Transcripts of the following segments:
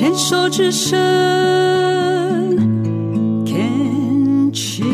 牵手之声 Can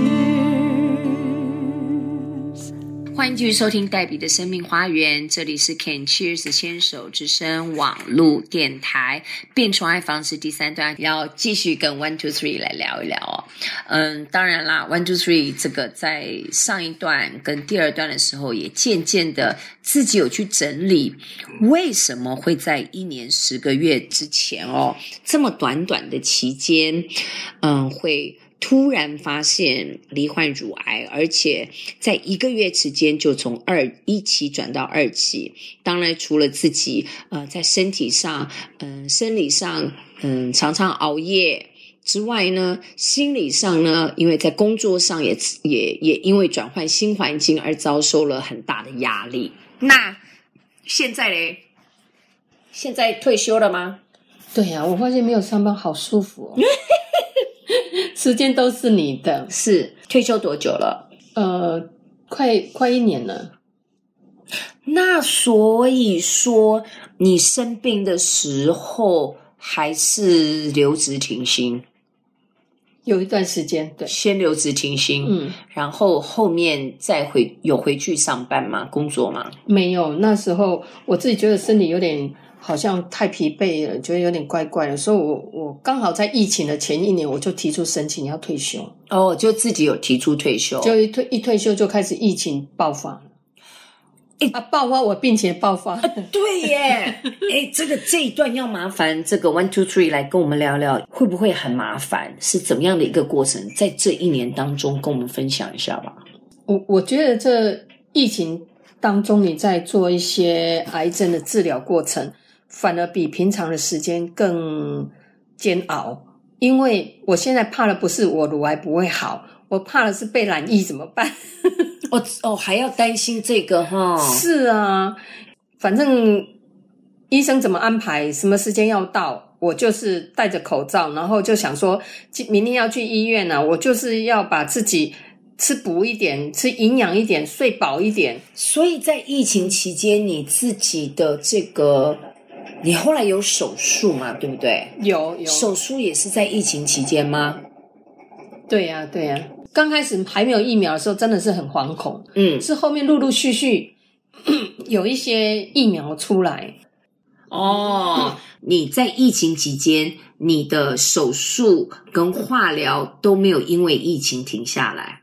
Cheers。 欢迎继续收听黛比的生命花园，这里是 Can Cheers 牵手之声网络电台病虫害防治第3段，要继续跟 One Two Three 来聊一聊哦。当然啦 One Two Three 这个在上一段跟第2段的时候，也渐渐的自己有去整理，为什么会在1年10个月之前哦，这么短短的期间，会突然发现罹患乳癌，而且在1个月之间就从1期转到2期。当然除了自己在身体上生理上常常熬夜之外呢，心理上呢，因为在工作上也因为转换新环境而遭受了很大的压力。那现在嘞？现在退休了吗？ 对呀，我发现没有上班好舒服哦。时间都是你的。 是退休多久了？ 快1年了。 那所以说你生病的时候还是留职停薪？ 有一段时间，对， 先留职停薪，然后后面再回去上班吗？工作吗？ 没有，那时候我自己觉得身体有点好像太疲惫了，觉得有点怪怪的，所以我刚好在疫情的前1年我就提出申请要退休。 哦，就自己有提出退休， 就一退休就开始疫情爆发。爆发我并且爆发。 对耶。这一段要麻烦这个 One Two Three 来跟我们聊聊，会不会很麻烦？是怎么样的一个过程？在这1年当中跟我们分享一下吧。 我觉得这疫情当中你在做一些癌症的治疗过程，反而比平常的时间更煎熬。因为我现在怕的不是我乳癌不会好，我怕的是被染疫怎么办。 还要担心这个齁。 是啊，反正医生怎么安排什么时间要到，我就是戴着口罩，然后就想说明天要去医院啊，我就是要把自己吃补一点，吃营养一点，睡饱一点。 所以在疫情期间你自己的这个，你后来有手术嘛，对不对？ 有手术也是在疫情期间吗？ 对呀。刚开始还没有疫苗的时候真的是很惶恐，是后面陆陆续续有一些疫苗出来。 你在疫情期间你的手术跟化疗都没有因为疫情停下来？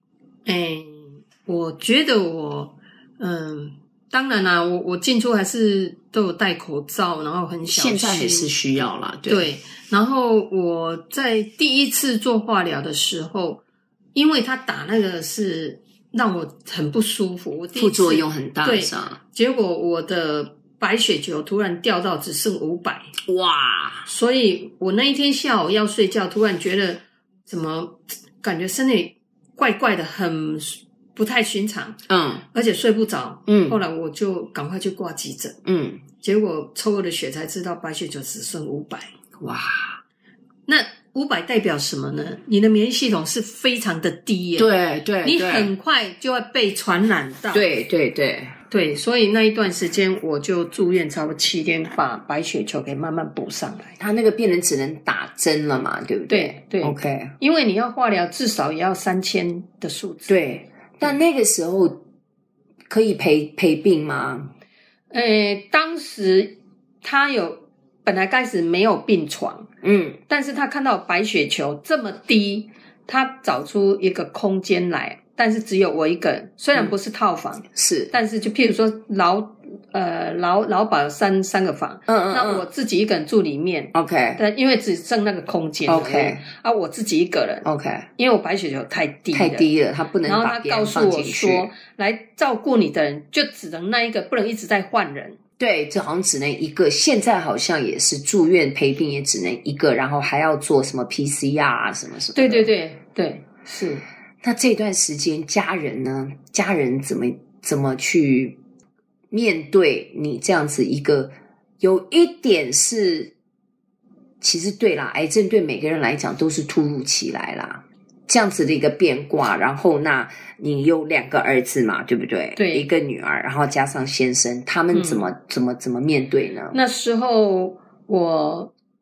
我觉得当然啦，我进出还是都有戴口罩，然后很小心。 现在还是需要啦， 对。然后我在第1次做化疗的时候，因为他打那个是让我很不舒服， 副作用很大。 对，结果我的白血球突然掉到只剩500。 哇！ 所以我那一天下午要睡觉，突然觉得怎么感觉身体怪怪的，很不太寻常，而且睡不着，后来我就赶快去挂急诊，结果抽我的血才知道白血球只剩500。 哇！ 那500代表什么呢？你的免疫系统是非常的低耶， 对， 你很快就会被传染到， 对， 所以那一段时间我就住院差不多7天，把白血球给慢慢补上来。 他那个病人只能打针了嘛，对不对？ 对 ，OK， 因为你要化疗至少也要3000的数字。 对，但那个时候可以陪病吗？ 当时他本来开始没有病床，但是他看到白血球这么低，他找出一个空间来，但是只有我一个人，虽然不是套房， 是， 但是就譬如说劳保三个房，那我自己一个人住里面 ，OK， 但因为只剩那个空间 ，OK， 我自己一个人 ，OK， 因为我白血球太低了， 他不能把别人放进去。 然后他告诉我说，来照顾你的人就只能那一个，不能一直在换人。 对，这好像只能一个，现在好像也是住院陪病也只能一个，然后还要做什么 PCR 啊什么什么的。 对，是。 那这段时间家人呢？家人怎么去面对你这样子一个，有一点是，其实对啦，癌症对每个人来讲都是突如其来啦。这样子的一个变卦，然后那你有2个儿子嘛，对不对？ 对， 一个女儿，然后加上先生，他们怎么面对呢？ 那时候我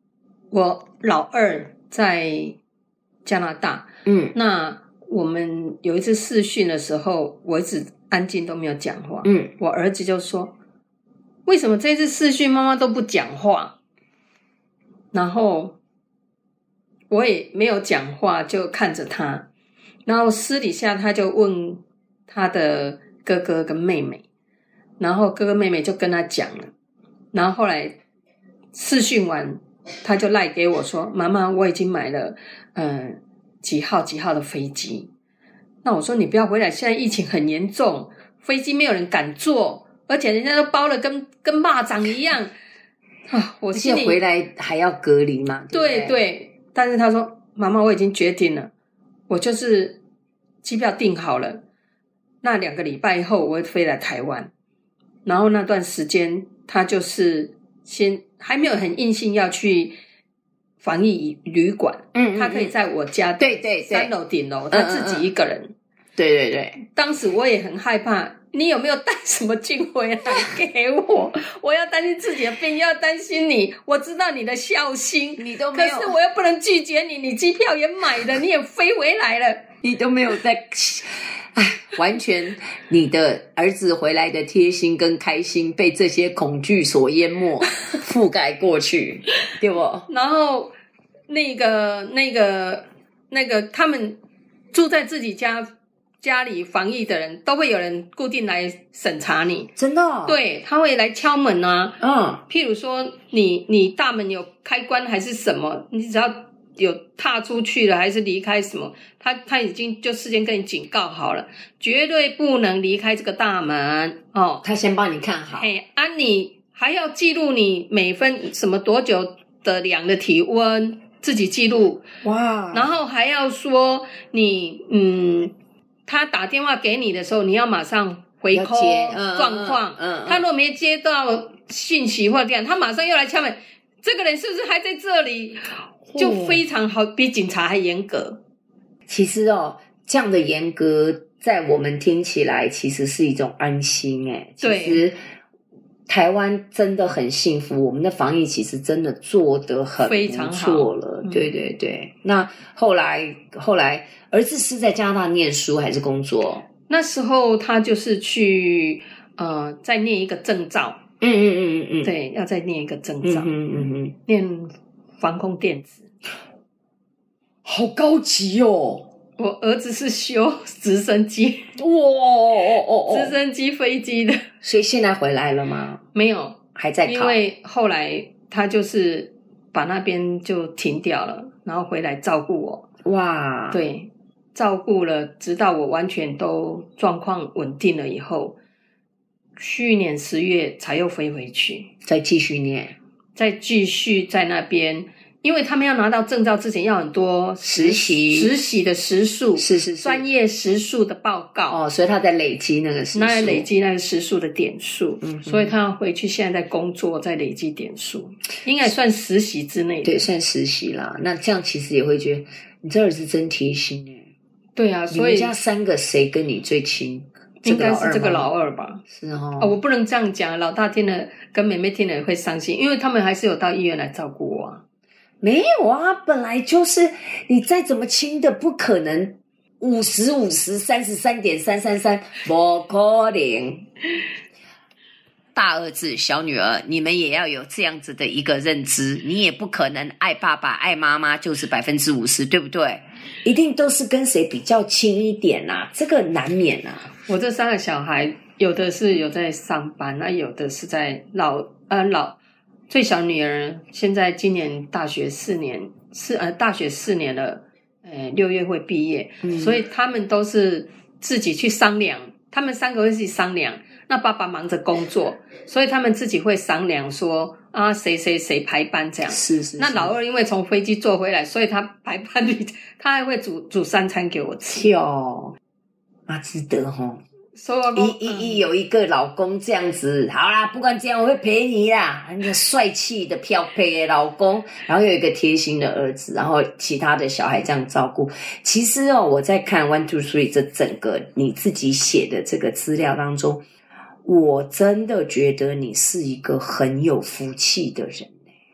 我老二在加拿大，那我们有一次视讯的时候，我一直安静都没有讲话，我儿子就说，为什么这次视讯妈妈都不讲话？然后我也没有讲话，就看着他，然后私底下他就问他的哥哥跟妹妹，然后哥哥妹妹就跟他讲了，然后后来视讯完，他就赖给我说，妈妈我已经买了几号的飞机。那我说你不要回来，现在疫情很严重，飞机没有人敢坐，而且人家都包了跟蚂蚱一样啊！我心里回来还要隔离嘛？对对，但是他说妈妈我已经决定了，我就是机票订好了，那2个礼拜后我会飞来台湾，然后那段时间他就是先还没有很硬性要去防疫旅馆，他可以在我家对 3楼顶楼，他自己一个人。 对， 当时我也很害怕，你有没有带什么菌回来给我？我要担心自己的病，又要担心你。我知道你的孝心， 你都没有， 可是我又不能拒绝你，你机票也买了，你也飞回来了， 你都没有在。完全你的儿子回来的贴心跟开心被这些恐惧所淹没覆盖过去，对不？ 然后那个他们住在自己家里防疫的人都会有人固定来审查你， 真的哦？ 对，他会来敲门啊，譬如说你大门有开关还是什么，你只要有踏出去了还是离开什么，他已经就事先跟你警告好了，绝对不能离开这个大门哦。 他先帮你看好， 你还要记录你每分什么多久的量的体温，自己记录哇。然后还要说你他打电话给你的时候，你要马上回call状况。他如果没接到信息或这样，他马上又来敲门，这个人是不是还在这里？就非常好，比警察还严格。 其实这样的严格在我们听起来其实是一种安心其实台湾真的很幸福，我们的防疫其实真的做得很不错了。对。那后来儿子是在加拿大念书还是工作？ 那时候他就是去再念一个证照。对，要再念一个证照。念防空电子。 好高级哦！ 我儿子是修直升机，直升机飞机的。 所以现在回来了吗？ 没有， 还在考。 因为后来他就是把那边就停掉了，然后回来照顾我。哇，对，照顾了，直到我完全都状况稳定了以后，去年10月才又飞回去， 再继续念， 再继续在那边。因为他们要拿到证照之前要很多实习的时数，是专业时数的报告所以他在累积那个时数， 那累积那个时数的点数，所以他要回去现在在工作，在累积点数，应该算实习之内的， 对，算实习啦。那这样其实也会觉得你这儿子真贴心对啊，所以你们家3个谁跟你最亲？ 应该是这个老二吧？ 是哦。 我不能这样讲，老大听了跟妹妹听了会伤心，因为他们还是有到医院来照顾我啊。 没有啊，本来就是你再怎么亲的，不可能50-33.333，不可能。大儿子、小女儿，你们也要有这样子的一个认知，你也不可能爱爸爸、爱妈妈就是50%，对不对？一定都是跟谁比较亲一点啊，这个难免啊。 我这3个小孩，有的是有在上班，那有的是在最小女儿现在今年大学4年了，6月会毕业，所以他们都是自己去商量，他们3个会自己商量。那爸爸忙着工作，所以他们自己会商量说谁排班这样。是。那老二因为从飞机坐回来，所以他排班率，他还会煮3餐给我吃。 值得齁。有一个老公这样子，好啦，不管怎样我会陪你啦，那个帅气的漂配的老公，然后有一个贴心的儿子，然后其他的小孩这样照顾。其实我在看 1,2,3 这整个你自己写的这个资料当中，我真的觉得你是一个很有福气的人。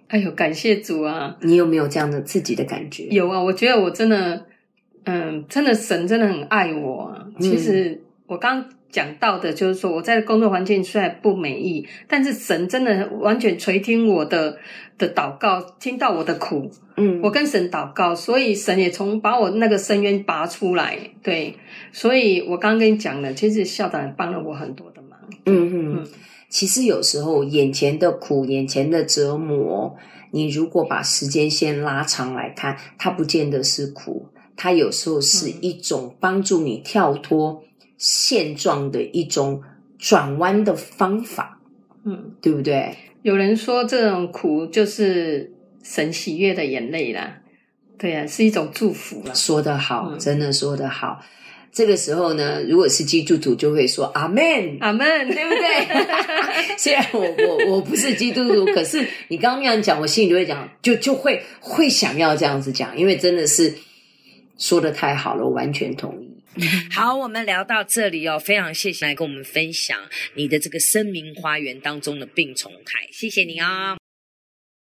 哎呦，感谢主啊！ 你有没有这样的自己的感觉？ 有啊，我觉得我真的，真的神真的很爱我啊。其实我刚讲到的就是说，我在工作环境虽然不美意，但是神真的完全垂听我的祷告，听到我的苦。我跟神祷告，所以神也把我那个深渊拔出来。对，所以我刚刚跟你讲了，其实校长也帮了我很多的忙。 其实有时候眼前的苦，眼前的折磨，你如果把时间线拉长来看，它不见得是苦，它有时候是一种帮助你跳脱现状的一种转弯的方法。对不对？ 有人说这种苦就是神喜悦的眼泪啦。对啊，是一种祝福啦。 说得好，真的说得好。这个时候呢，如果是基督徒就会说阿们阿们， 对不对？虽然我不是基督徒，可是你刚刚那样讲，我心里就会讲，就会想要这样子讲，因为真的是说得太好了，我完全同意。好，我们聊到这里哦，非常谢谢来跟我们分享你的这个生命花园当中的病虫害，谢谢你哦。